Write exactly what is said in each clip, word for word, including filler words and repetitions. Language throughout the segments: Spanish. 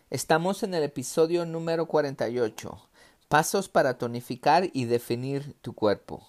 Estamos en el episodio número cuarenta y ocho. Pasos para tonificar y definir tu cuerpo.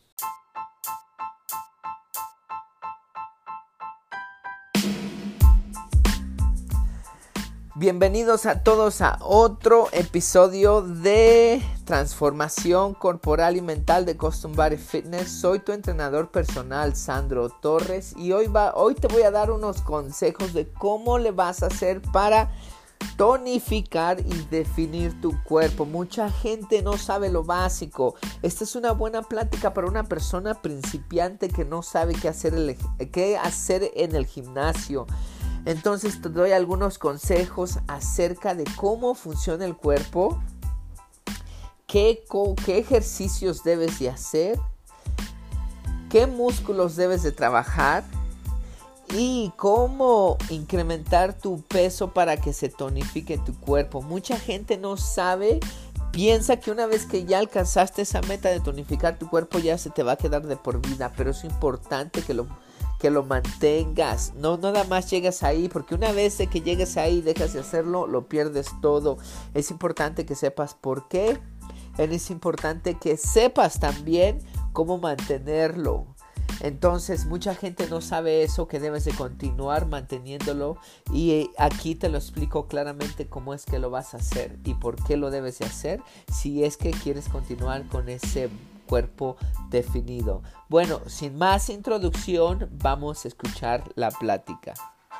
Bienvenidos a todos a otro episodio de transformación corporal y mental de Custom Body Fitness. Soy tu entrenador personal, Sandro Torres, y hoy, va, hoy te voy a dar unos consejos de cómo le vas a hacer para tonificar y definir tu cuerpo. Mucha gente no sabe lo básico. Esta es una buena plática para una persona principiante que no sabe qué hacer, el, qué hacer en el gimnasio. Entonces te doy algunos consejos acerca de cómo funciona el cuerpo, qué, qué ejercicios debes de hacer, qué músculos debes de trabajar y cómo incrementar tu peso para que se tonifique tu cuerpo. Mucha gente no sabe, piensa que una vez que ya alcanzaste esa meta de tonificar tu cuerpo ya se te va a quedar de por vida, pero es importante que lo que lo mantengas, no nada más llegas ahí, porque una vez de que llegues ahí dejas de hacerlo, lo pierdes todo. Es importante que sepas por qué, es importante que sepas también cómo mantenerlo. Entonces mucha gente no sabe eso, que debes de continuar manteniéndolo, y aquí te lo explico claramente cómo es que lo vas a hacer y por qué lo debes de hacer si es que quieres continuar con ese cuerpo definido. Bueno, sin más introducción, vamos a escuchar la plática.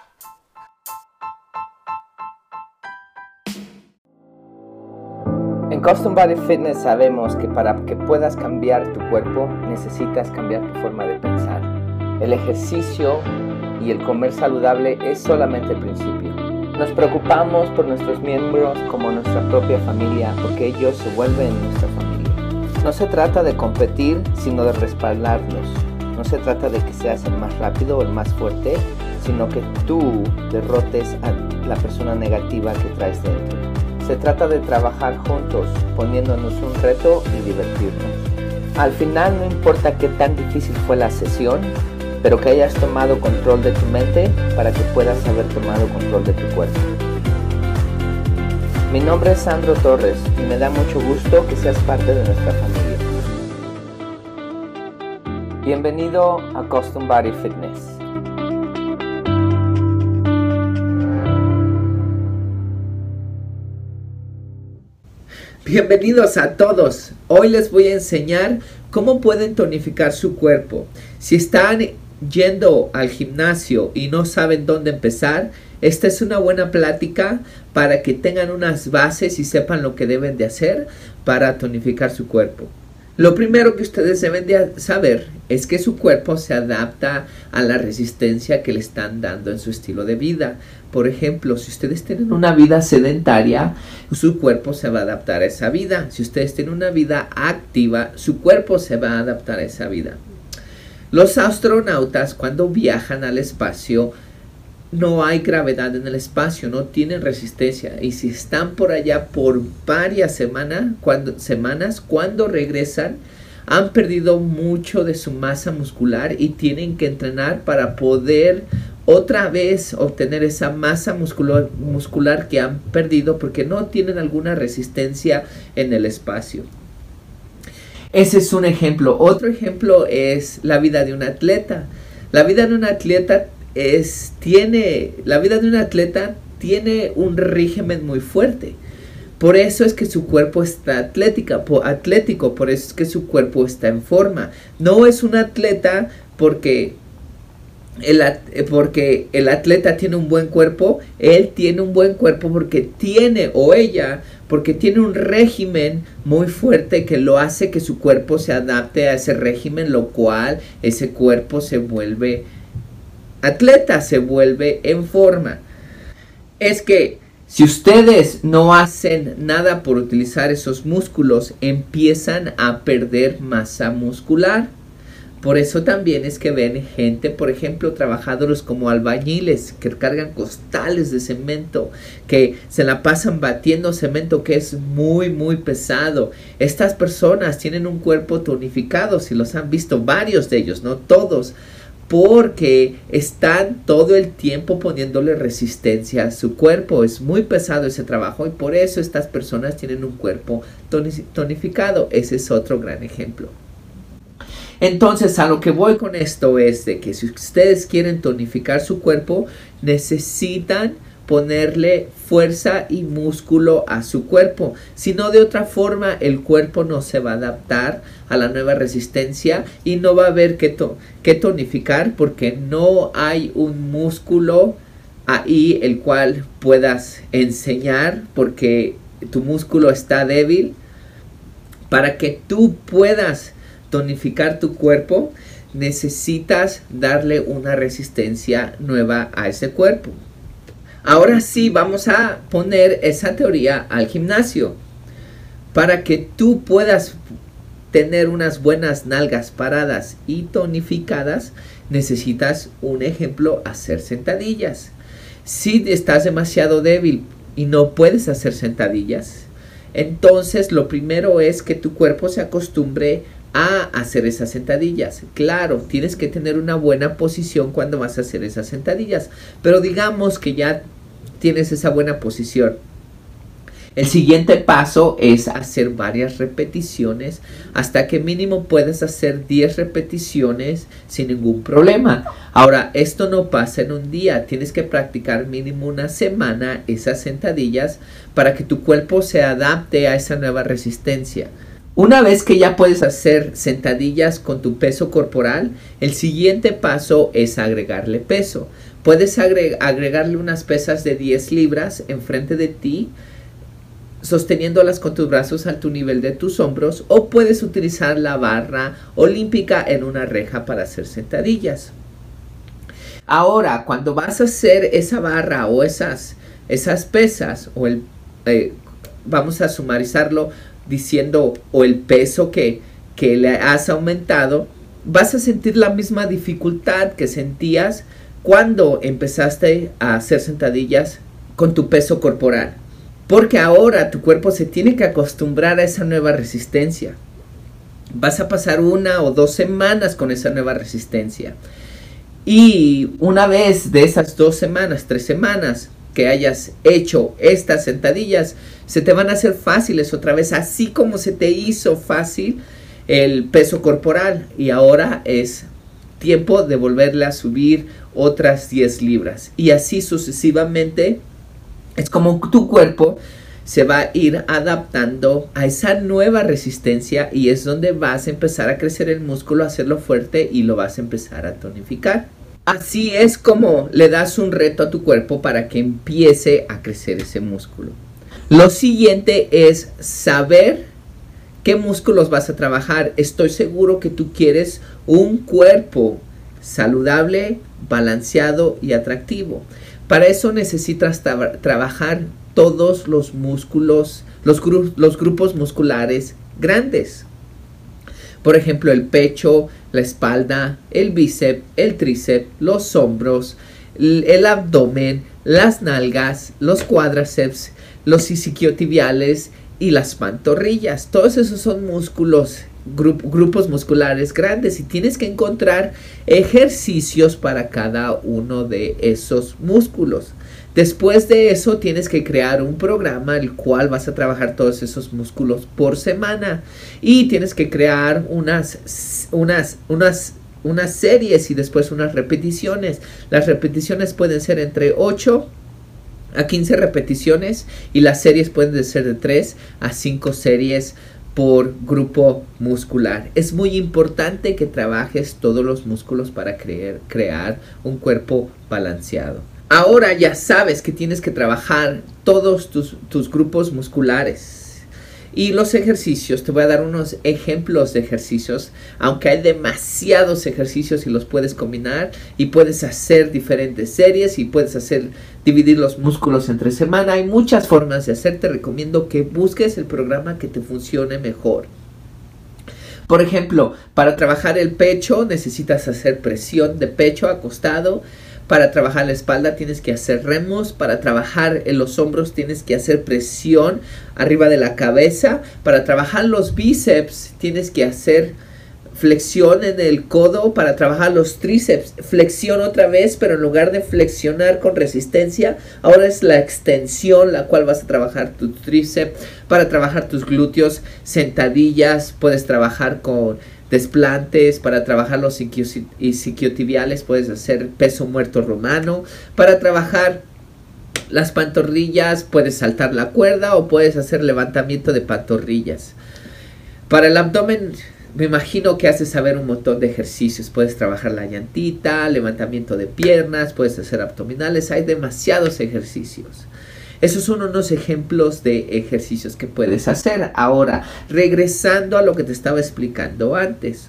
En Custom Body Fitness sabemos que para que puedas cambiar tu cuerpo necesitas cambiar tu forma de pensar. El ejercicio y el comer saludable es solamente el principio. Nos preocupamos por nuestros miembros como nuestra propia familia, porque ellos se vuelven nuestra familia. No se trata de competir, sino de respaldarlos. No se trata de que seas el más rápido o el más fuerte, sino que tú derrotes a la persona negativa que traes dentro. Se trata de trabajar juntos, poniéndonos un reto y divertirnos. Al final no importa qué tan difícil fue la sesión, pero que hayas tomado control de tu mente para que puedas haber tomado control de tu cuerpo. Mi nombre es Sandro Torres y me da mucho gusto que seas parte de nuestra familia. Bienvenido a Custom Body Fitness. Bienvenidos a todos. Hoy les voy a enseñar cómo pueden tonificar su cuerpo. Si están yendo al gimnasio y no saben dónde empezar, esta es una buena plática para que tengan unas bases y sepan lo que deben de hacer para tonificar su cuerpo. Lo primero que ustedes deben de saber es que su cuerpo se adapta a la resistencia que le están dando en su estilo de vida. Por ejemplo, si ustedes tienen una vida sedentaria, su cuerpo se va a adaptar a esa vida. Si ustedes tienen una vida activa, su cuerpo se va a adaptar a esa vida. Los astronautas, cuando viajan al espacio, no hay gravedad en el espacio, no tienen resistencia, y si están por allá por varias semana, cuando, semanas, cuando regresan, han perdido mucho de su masa muscular y tienen que entrenar para poder otra vez obtener esa masa muscular, muscular que han perdido porque no tienen alguna resistencia en el espacio. Ese es un ejemplo. Otro ejemplo es la vida de un atleta. La vida de un atleta Es, tiene, la vida de un atleta tiene un régimen muy fuerte. Por eso es que su cuerpo está atlética, po, atlético, por eso es que su cuerpo está en forma. No es un atleta porque el, porque el atleta tiene un buen cuerpo. Él tiene un buen cuerpo porque tiene, o ella, porque tiene un régimen muy fuerte que lo hace que su cuerpo se adapte a ese régimen, lo cual ese cuerpo se vuelve atleta, se vuelve en forma. Es que si ustedes no hacen nada por utilizar esos músculos, empiezan a perder masa muscular. Por eso también es que ven gente, por ejemplo, trabajadores como albañiles que cargan costales de cemento, que se la pasan batiendo cemento, que es muy muy pesado. Estas personas tienen un cuerpo tonificado, si los han visto, varios de ellos, no todos, porque están todo el tiempo poniéndole resistencia a su cuerpo. Es muy pesado ese trabajo y por eso estas personas tienen un cuerpo tonificado. Ese es otro gran ejemplo. Entonces, a lo que voy con esto es de que si ustedes quieren tonificar su cuerpo, necesitan ponerle fuerza y músculo a su cuerpo. Si no, de otra forma, el cuerpo no se va a adaptar a la nueva resistencia y no va a haber que, to que tonificar porque no hay un músculo ahí el cual puedas enseñar porque tu músculo está débil. Para que tú puedas tonificar tu cuerpo, necesitas darle una resistencia nueva a ese cuerpo. Ahora sí, vamos a poner esa teoría al gimnasio. Para que tú puedas tener unas buenas nalgas paradas y tonificadas, necesitas un ejemplo, hacer sentadillas. Si estás demasiado débil y no puedes hacer sentadillas, entonces lo primero es que tu cuerpo se acostumbre a hacer esas sentadillas. Claro, tienes que tener una buena posición cuando vas a hacer esas sentadillas, pero digamos que ya tienes esa buena posición. El siguiente paso es hacer varias repeticiones hasta que mínimo puedes hacer diez repeticiones sin ningún problema. Ahora, esto no pasa en un día, tienes que practicar mínimo una semana esas sentadillas para que tu cuerpo se adapte a esa nueva resistencia. Una vez que ya puedes hacer sentadillas con tu peso corporal, el siguiente paso es agregarle peso. Puedes agreg- agregarle unas pesas de diez libras enfrente de ti, sosteniéndolas con tus brazos a tu nivel de tus hombros, o puedes utilizar la barra olímpica en una reja para hacer sentadillas. Ahora, cuando vas a hacer esa barra o esas, esas pesas, o el, eh, vamos a sumarizarlo diciendo o el peso que, que le has aumentado, vas a sentir la misma dificultad que sentías cuando empezaste a hacer sentadillas con tu peso corporal. Porque ahora tu cuerpo se tiene que acostumbrar a esa nueva resistencia. Vas a pasar una o dos semanas con esa nueva resistencia. Y una vez de esas dos semanas, tres semanas que hayas hecho estas sentadillas, se te van a hacer fáciles otra vez, así como se te hizo fácil el peso corporal. Y ahora es tiempo de volverle a subir otras diez libras. Y así sucesivamente. Es como tu cuerpo se va a ir adaptando a esa nueva resistencia y es donde vas a empezar a crecer el músculo, a hacerlo fuerte y lo vas a empezar a tonificar. Así es como le das un reto a tu cuerpo para que empiece a crecer ese músculo. Lo siguiente es saber qué músculos vas a trabajar. Estoy seguro que tú quieres un cuerpo saludable, balanceado y atractivo. Para eso necesitas tra trabajar todos los músculos, los, gru los grupos musculares grandes. Por ejemplo, el pecho, la espalda, el bíceps, el tríceps, los hombros, el, el abdomen, las nalgas, los cuádriceps, los isquiotibiales y las pantorrillas. Todos esos son músculos, grup grupos musculares grandes y tienes que encontrar ejercicios para cada uno de esos músculos. Después de eso tienes que crear un programa el cual vas a trabajar todos esos músculos por semana y tienes que crear unas, unas, unas, unas series y después unas repeticiones. Las repeticiones pueden ser entre ocho a quince repeticiones y las series pueden ser de tres a cinco series por grupo muscular. Es muy importante que trabajes todos los músculos para creer, crear un cuerpo balanceado. Ahora ya sabes que tienes que trabajar todos tus, tus grupos musculares. Y los ejercicios, te voy a dar unos ejemplos de ejercicios, aunque hay demasiados ejercicios y los puedes combinar y puedes hacer diferentes series y puedes hacer, dividir los músculos entre semana. Hay muchas formas de hacer, te recomiendo que busques el programa que te funcione mejor. Por ejemplo, para trabajar el pecho necesitas hacer presión de pecho acostado. Para trabajar la espalda tienes que hacer remos. Para trabajar en los hombros tienes que hacer presión arriba de la cabeza. Para trabajar los bíceps tienes que hacer flexión en el codo para trabajar los tríceps, flexión otra vez, pero en lugar de flexionar con resistencia, ahora es la extensión la cual vas a trabajar tu tríceps, para trabajar tus glúteos, sentadillas, puedes trabajar con desplantes, para trabajar los isquiotibiales puedes hacer peso muerto romano, para trabajar las pantorrillas puedes saltar la cuerda o puedes hacer levantamiento de pantorrillas. Para el abdomen, me imagino que haces saber un montón de ejercicios. Puedes trabajar la llantita, levantamiento de piernas, puedes hacer abdominales. Hay demasiados ejercicios. Esos son unos ejemplos de ejercicios que puedes hacer. Ahora, regresando a lo que te estaba explicando antes.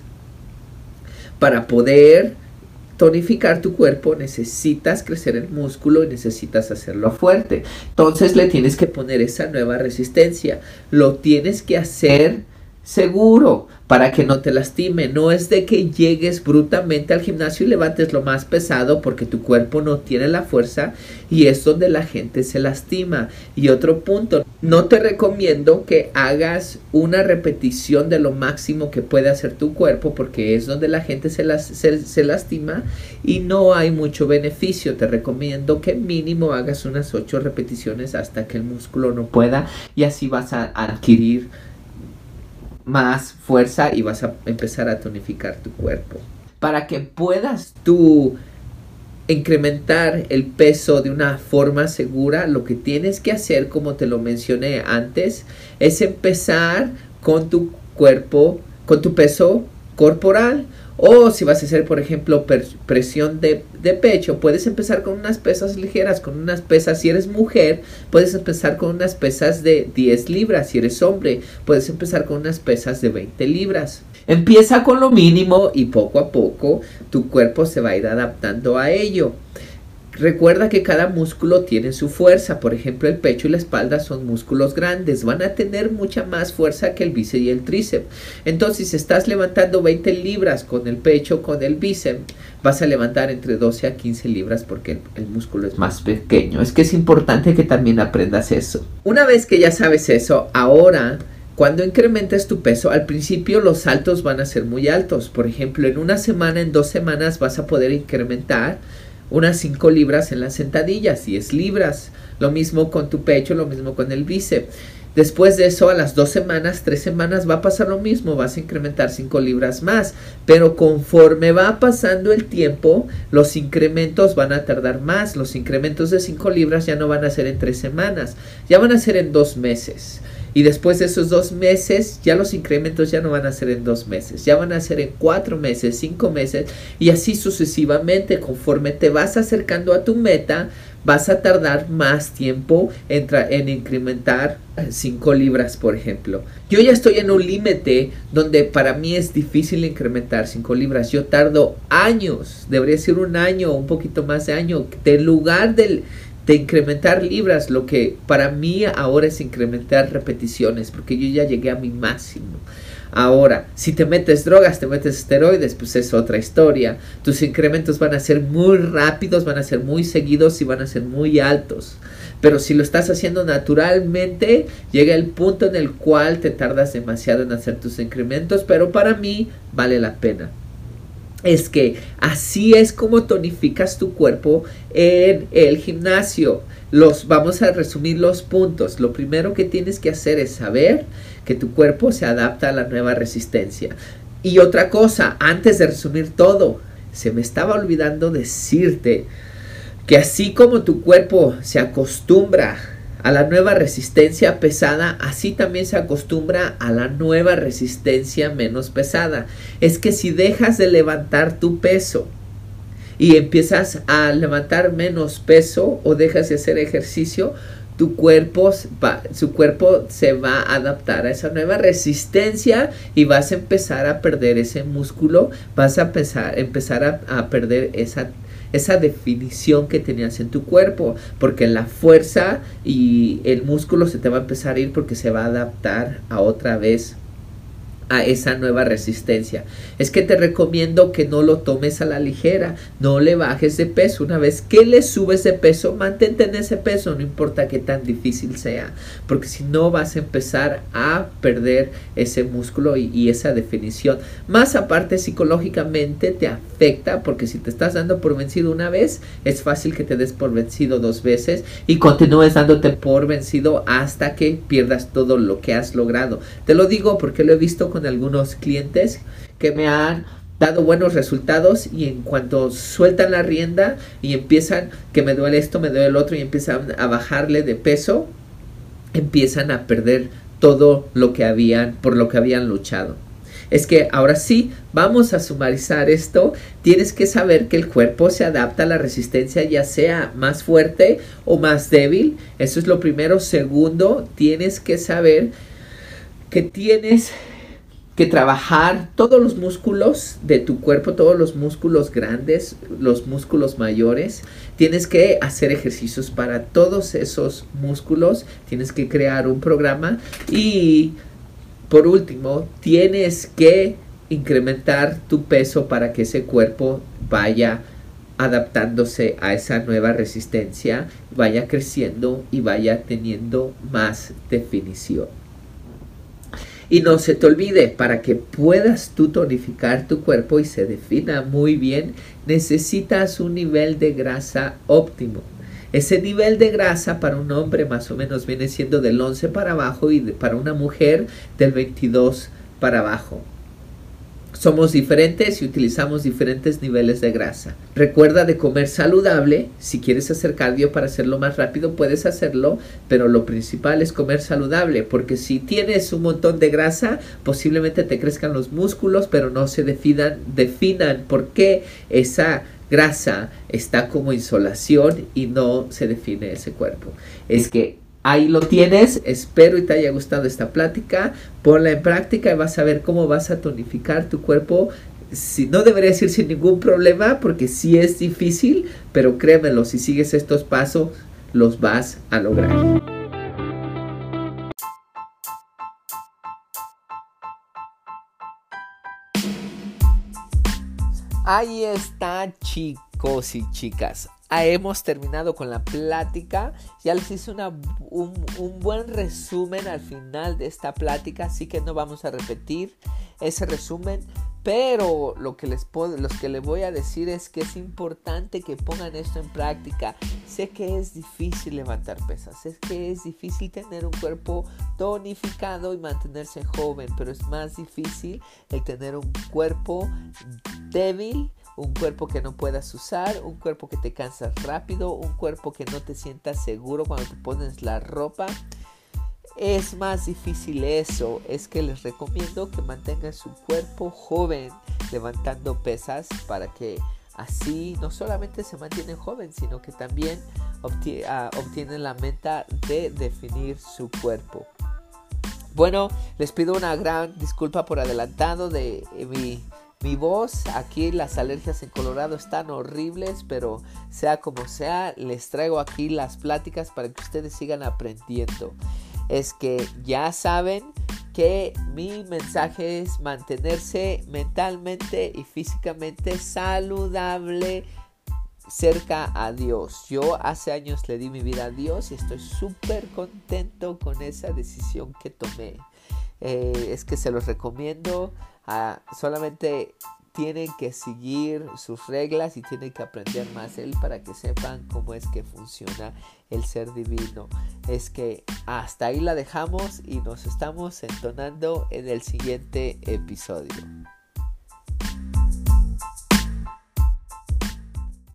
Para poder tonificar tu cuerpo necesitas crecer el músculo y necesitas hacerlo fuerte. Entonces le tienes que poner esa nueva resistencia. Lo tienes que hacer seguro para que no te lastime. No es de que llegues brutalmente al gimnasio y levantes lo más pesado, porque tu cuerpo no tiene la fuerza y es donde la gente se lastima. Y otro punto, no te recomiendo que hagas una repetición de lo máximo que puede hacer tu cuerpo, porque es donde la gente se, las, se, se lastima y no hay mucho beneficio. Te recomiendo que mínimo hagas unas ocho repeticiones hasta que el músculo no pueda, y así vas a adquirir más fuerza y vas a empezar a tonificar tu cuerpo. Para que puedas tú incrementar el peso de una forma segura, lo que tienes que hacer, como te lo mencioné antes, es empezar con tu cuerpo, con tu peso corporal. O si vas a hacer, por ejemplo, presión de, de pecho, puedes empezar con unas pesas ligeras, con unas pesas, si eres mujer, puedes empezar con unas pesas de diez libras, si eres hombre, puedes empezar con unas pesas de veinte libras. Empieza con lo mínimo y poco a poco tu cuerpo se va a ir adaptando a ello. Recuerda que cada músculo tiene su fuerza. Por ejemplo, el pecho y la espalda son músculos grandes. Van a tener mucha más fuerza que el bíceps y el tríceps. Entonces, si estás levantando veinte libras con el pecho, con el bíceps, vas a levantar entre doce a quince libras porque el, el músculo es más pequeño. Es que es importante que también aprendas eso. Una vez que ya sabes eso, ahora, cuando incrementes tu peso, al principio los saltos van a ser muy altos. Por ejemplo, en una semana, en dos semanas vas a poder incrementar unas cinco libras en las sentadillas, diez libras. Lo mismo con tu pecho, lo mismo con el bíceps. Después de eso, a las dos semanas, tres semanas, va a pasar lo mismo. Vas a incrementar cinco libras más. Pero conforme va pasando el tiempo, los incrementos van a tardar más. Los incrementos de cinco libras ya no van a ser en tres semanas. Ya van a ser en dos meses. Y después de esos dos meses, ya los incrementos ya no van a ser en dos meses. Ya van a ser en cuatro meses, cinco meses. Y así sucesivamente. Conforme te vas acercando a tu meta, vas a tardar más tiempo en, en incrementar cinco libras, por ejemplo. Yo ya estoy en un límite donde para mí es difícil incrementar cinco libras. Yo tardo años, debería ser un año, un poquito más de año, del lugar del... de incrementar libras. Lo que para mí ahora es incrementar repeticiones, porque yo ya llegué a mi máximo. Ahora, si te metes drogas, te metes esteroides, pues es otra historia. Tus incrementos van a ser muy rápidos, van a ser muy seguidos y van a ser muy altos. Pero si lo estás haciendo naturalmente, llega el punto en el cual te tardas demasiado en hacer tus incrementos, pero para mí vale la pena. Es que así es como tonificas tu cuerpo en el gimnasio. Los, vamos a resumir los puntos. Lo primero que tienes que hacer es saber que tu cuerpo se adapta a la nueva resistencia. Y otra cosa, antes de resumir todo, se me estaba olvidando decirte que así como tu cuerpo se acostumbra a la nueva resistencia pesada, así también se acostumbra a la nueva resistencia menos pesada. Es que si dejas de levantar tu peso y empiezas a levantar menos peso o dejas de hacer ejercicio, tu cuerpo va, su cuerpo se va a adaptar a esa nueva resistencia y vas a empezar a perder ese músculo, vas a empezar, empezar a, a perder esa esa definición que tenías en tu cuerpo, porque la fuerza y el músculo se te va a empezar a ir porque se va a adaptar a otra vez a esa nueva resistencia. Es que te recomiendo que no lo tomes a la ligera, no le bajes de peso. Una vez que le subes de peso, mantente en ese peso, no importa qué tan difícil sea, porque si no vas a empezar a perder ese músculo y, y esa definición. Más aparte, psicológicamente te afecta, porque si te estás dando por vencido una vez, es fácil que te des por vencido dos veces y continúes dándote por vencido hasta que pierdas todo lo que has logrado. Te lo digo porque lo he visto con algunos clientes que me han dado buenos resultados y en cuanto sueltan la rienda y empiezan que me duele esto, me duele el otro y empiezan a bajarle de peso, empiezan a perder todo lo que habían, por lo que habían luchado. Es que ahora sí, vamos a sumarizar esto. Tienes que saber que el cuerpo se adapta a la resistencia, ya sea más fuerte o más débil. Eso es lo primero. Segundo, tienes que saber que tienes que trabajar todos los músculos de tu cuerpo, todos los músculos grandes, los músculos mayores. Tienes que hacer ejercicios para todos esos músculos. Tienes que crear un programa. Y por último, tienes que incrementar tu peso para que ese cuerpo vaya adaptándose a esa nueva resistencia, vaya creciendo y vaya teniendo más definición. Y no se te olvide, para que puedas tú tonificar tu cuerpo y se defina muy bien, necesitas un nivel de grasa óptimo. Ese nivel de grasa para un hombre más o menos viene siendo del once para abajo y de, para una mujer del veintidós para abajo. Somos diferentes y utilizamos diferentes niveles de grasa. Recuerda de comer saludable. Si quieres hacer cardio para hacerlo más rápido, puedes hacerlo, pero lo principal es comer saludable, porque si tienes un montón de grasa, posiblemente te crezcan los músculos, pero no se definan, definan por qué esa grasa está como insolación y no se define ese cuerpo. Es que ahí lo tienes. Espero y te haya gustado esta plática. Ponla en práctica y vas a ver cómo vas a tonificar tu cuerpo. Si, no debería decir sin ningún problema, porque sí es difícil, pero créemelo, si sigues estos pasos, los vas a lograr. Ahí está, chicos y chicas. Ah, hemos terminado con la plática. Ya les hice una, un, un buen resumen al final de esta plática, así que no vamos a repetir ese resumen. Pero lo que les puedo, los que les voy a decir es que es importante que pongan esto en práctica. Sé que es difícil levantar pesas, sé que es difícil tener un cuerpo tonificado y mantenerse joven, pero es más difícil el tener un cuerpo débil, un cuerpo que no puedas usar, un cuerpo que te cansas rápido, un cuerpo que no te sientas seguro cuando te pones la ropa. Es más difícil eso. Es que les recomiendo que mantengan su cuerpo joven levantando pesas, para que así no solamente se mantienen jóvenes, sino que también obti- uh, obtienen la meta de definir su cuerpo. Bueno, les pido una gran disculpa por adelantado de eh, mi, mi voz. Aquí las alergias en Colorado están horribles, pero sea como sea, les traigo aquí las pláticas para que ustedes sigan aprendiendo. Es que ya saben que mi mensaje es mantenerse mentalmente y físicamente saludable cerca a Dios. Yo hace años le di mi vida a Dios y estoy súper contento con esa decisión que tomé. Eh, es que se los recomiendo. Uh, solamente tienen que seguir sus reglas y tienen que aprender más de Él para que sepan cómo es que funciona el ser divino. Es que hasta ahí la dejamos y nos estamos entonando en el siguiente episodio.